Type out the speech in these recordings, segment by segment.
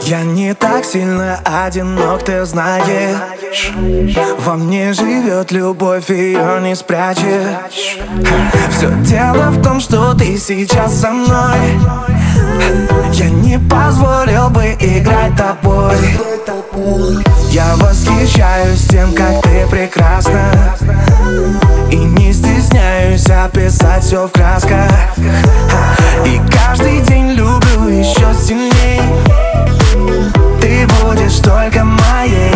Я не так сильно одинок, ты знаешь. Во мне живет любовь, ее не спрячешь. Все дело в том, что ты сейчас со мной. Я не позволил бы играть тобой. Я восхищаюсь тем, как ты прекрасна, и не стесняюсь описать все в красках. И каждый день люблю еще сильней. Ты будешь только моей.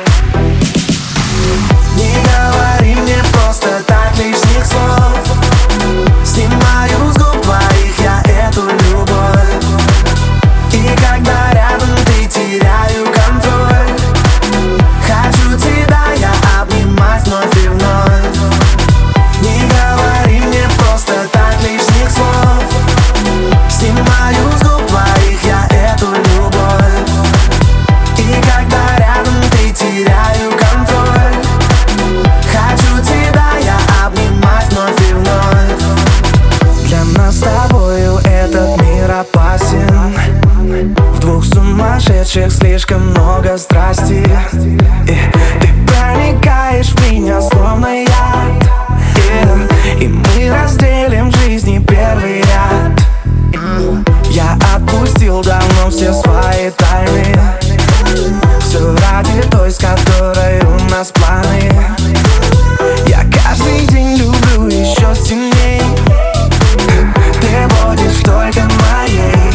Не говори мне просто так лишних слов. Снимаю с губ твоих я эту любовь. И когда рядом ты, теряю контроль. Хочу тебя я обнимать вновь и вновь. Не говори мне просто так лишних слов. Снимаю с губ твоих я эту любовь. И когда рядом ты, теряю контроль. Хочу тебя я обнимать вновь и вновь. Для нас с тобою этот мир опасен. В двух сумасшедших слишком много страсти. И ты проникаешь в меня словно яд. И мы разделим в жизни первый ряд. Я отпустил давно все свои тайны. Все ради той, с которой у нас планы. Я каждый день люблю еще сильней. Ты будешь только моей.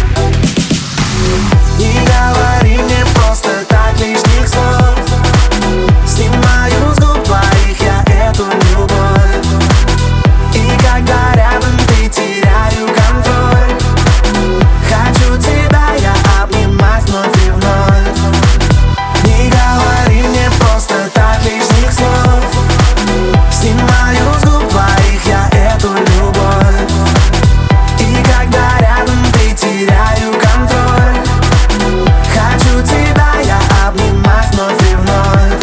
Не говори мне просто так лишних слов. Снимаю с губ твоих я эту любовь. И когда рядом ты, теряю контроль. Хочу тебя я обнимать вновь и вновь. Не говори мне просто так лишних слов. Снимаю с губ твоих я эту любовь. И когда рядом ты, теряю контроль. Хочу тебя я обнимать вновь и вновь.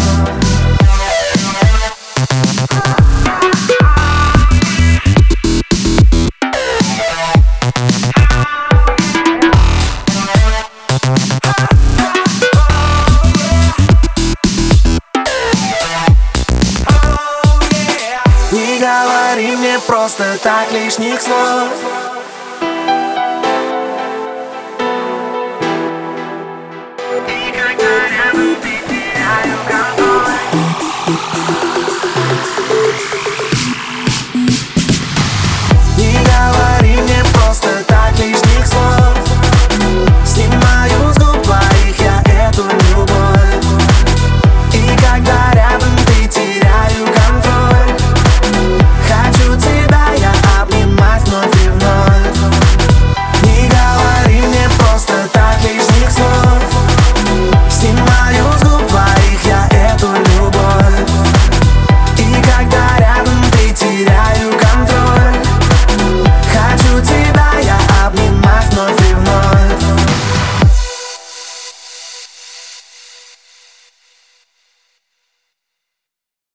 Не говори мне просто так лишних слов.